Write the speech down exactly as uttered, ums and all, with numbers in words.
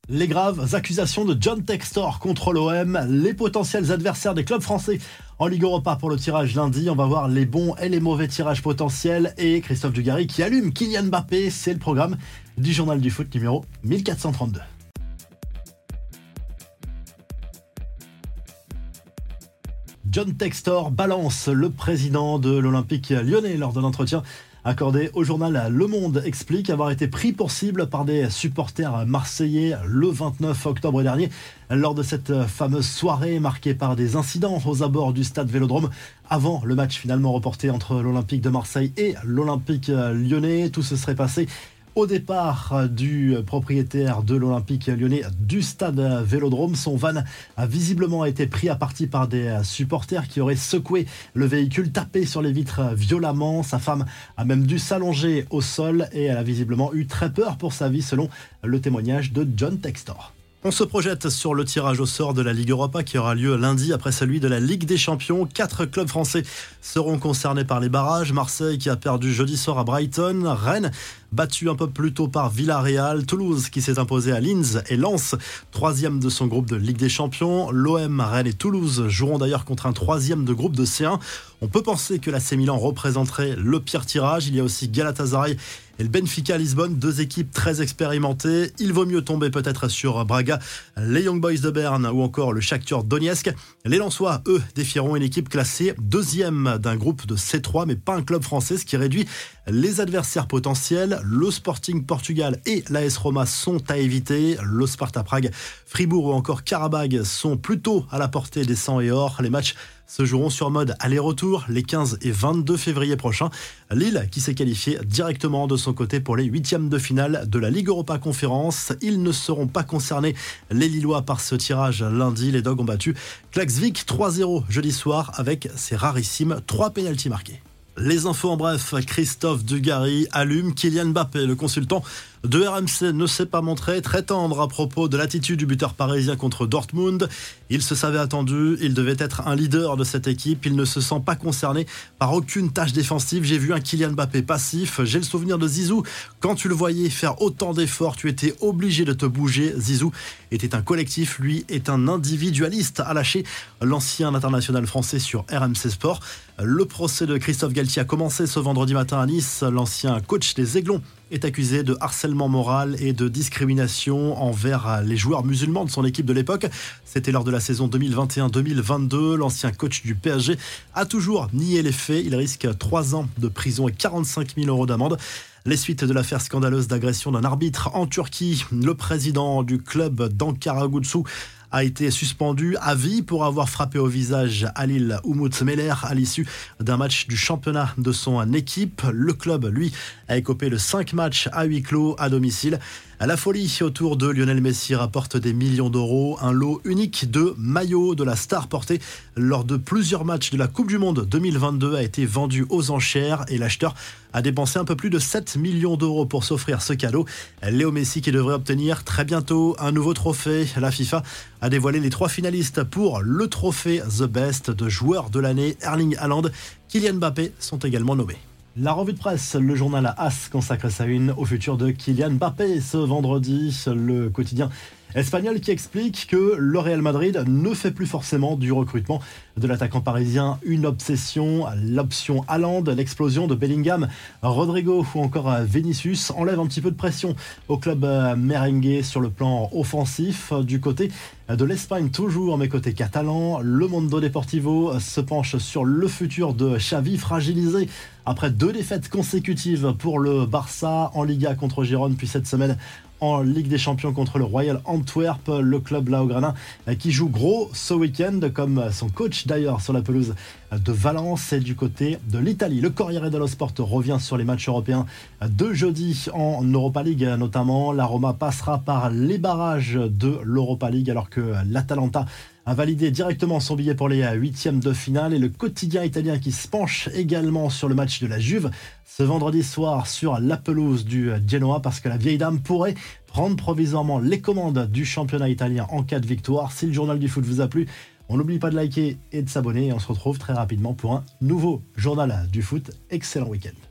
Les graves accusations de John Textor contre l'O M, les potentiels adversaires des clubs français en Ligue Europa pour le tirage lundi. On va voir les bons et les mauvais tirages potentiels et Christophe Dugarry qui allume Kylian Mbappé. C'est le programme du Journal du Foot numéro mille quatre cent trente-deux. John Textor balance. Le président de l'Olympique lyonnais lors de l'entretien accordé au journal Le Monde explique avoir été pris pour cible par des supporters marseillais le vingt-neuf octobre dernier lors de cette fameuse soirée marquée par des incidents aux abords du stade Vélodrome avant le match finalement reporté entre l'Olympique de Marseille et l'Olympique lyonnais. Tout se serait passé au départ du propriétaire de l'Olympique lyonnais du stade Vélodrome. Son van a visiblement été pris à partie par des supporters qui auraient secoué le véhicule, tapé sur les vitres violemment. Sa femme a même dû s'allonger au sol et elle a visiblement eu très peur pour sa vie selon le témoignage de John Textor. On se projette sur le tirage au sort de la Ligue Europa qui aura lieu lundi après celui de la Ligue des Champions. Quatre clubs français seront concernés par les barrages. Marseille qui a perdu jeudi soir à Brighton. Rennes battu un peu plus tôt par Villarreal. Toulouse qui s'est imposé à Linz et Lens, troisième de son groupe de Ligue des Champions. L'O M, Rennes et Toulouse joueront d'ailleurs contre un troisième de groupe de C un. On peut penser que l'A C Milan représenterait le pire tirage. Il y a aussi Galatasaray et le Benfica Lisbonne, deux équipes très expérimentées. Il vaut mieux tomber peut-être sur Braga, les Young Boys de Berne ou encore le Shakhtar Donetsk. Les Lensois, eux, défieront une équipe classée deuxième d'un groupe de C trois, mais pas un club français, ce qui réduit les adversaires potentiels. Le Sporting Portugal et l'A S Roma sont à éviter. Le Sparta Prague, Fribourg ou encore Karabag sont plutôt à la portée des sang et or. Les matchs se joueront sur mode aller-retour les quinze et vingt-deux février prochains. Lille qui s'est qualifié directement de son côté pour les huitièmes de finale de la Ligue Europa Conférence. Ils ne seront pas concernés, les Lillois, par ce tirage lundi. Les Dogs ont battu Klaksvik trois zéro jeudi soir avec ses rarissimes trois pénaltys marqués. Les infos en bref, Christophe Dugarry allume Kylian Mbappé. Le consultant de R M C ne s'est pas montré très tendre à propos de l'attitude du buteur parisien contre Dortmund. Il se savait attendu, il devait être un leader de cette équipe. Il ne se sent pas concerné par aucune tâche défensive. J'ai vu un Kylian Mbappé passif. J'ai le souvenir de Zizou. Quand tu le voyais faire autant d'efforts, tu étais obligé de te bouger. Zizou était un collectif, lui est un individualiste, a lâché l'ancien international français sur R M C Sport. Le procès de Christophe Galtier a commencé ce vendredi matin à Nice. L'ancien coach des Aiglons est accusé de harcèlement moral et de discrimination envers les joueurs musulmans de son équipe de l'époque. C'était lors de la saison deux mille vingt et un deux mille vingt-deux. L'ancien coach du P S G a toujours nié les faits. Il risque trois ans de prison et quarante-cinq mille euros d'amende. Les suites de l'affaire scandaleuse d'agression d'un arbitre en Turquie. Le président du club d'Ankara-Gucci a été suspendu à vie pour avoir frappé au visage Halil Umut Meler à l'issue d'un match du championnat de son équipe. Le club, lui, a écopé de cinq matchs à huis clos à domicile. La folie autour de Lionel Messi rapporte des millions d'euros. Un lot unique de maillots de la star porté lors de plusieurs matchs de la Coupe du Monde deux mille vingt-deux a été vendu aux enchères et l'acheteur a dépensé un peu plus de sept millions d'euros pour s'offrir ce cadeau. Léo Messi qui devrait obtenir très bientôt un nouveau trophée. La FIFA a dévoilé les trois finalistes pour le trophée The Best de joueur de l'année. Erling Haaland, Kylian Mbappé sont également nommés. La revue de presse, le journal AS consacre sa une au futur de Kylian Mbappé. Ce vendredi, le quotidien espagnol qui explique que le Real Madrid ne fait plus forcément du recrutement de l'attaquant parisien une obsession. L'option Haaland, l'explosion de Bellingham, Rodrigo ou encore Vinicius enlève un petit peu de pression au club merengue sur le plan offensif. Du côté de l'Espagne, toujours, mais côté catalan, le Mundo Deportivo se penche sur le futur de Xavi, fragilisé après deux défaites consécutives pour le Barça en Liga contre Gérone, puis cette semaine en Ligue des Champions contre le Royal Antwerp. Le club Blaugrana qui joue gros ce week-end, comme son coach d'ailleurs sur la pelouse de Valence. Et du côté de l'Italie, le Corriere dello Sport revient sur les matchs européens de jeudi en Europa League notamment. La Roma passera par les barrages de l'Europa League alors que l'Atalanta a validé directement son billet pour les huitièmes de finale. Et le quotidien italien qui se penche également sur le match de la Juve ce vendredi soir sur la pelouse du Genoa, parce que la vieille dame pourrait prendre provisoirement les commandes du championnat italien en cas de victoire. Si le journal du foot vous a plu, on n'oublie pas de liker et de s'abonner. Et on se retrouve très rapidement pour un nouveau journal du foot. Excellent week-end.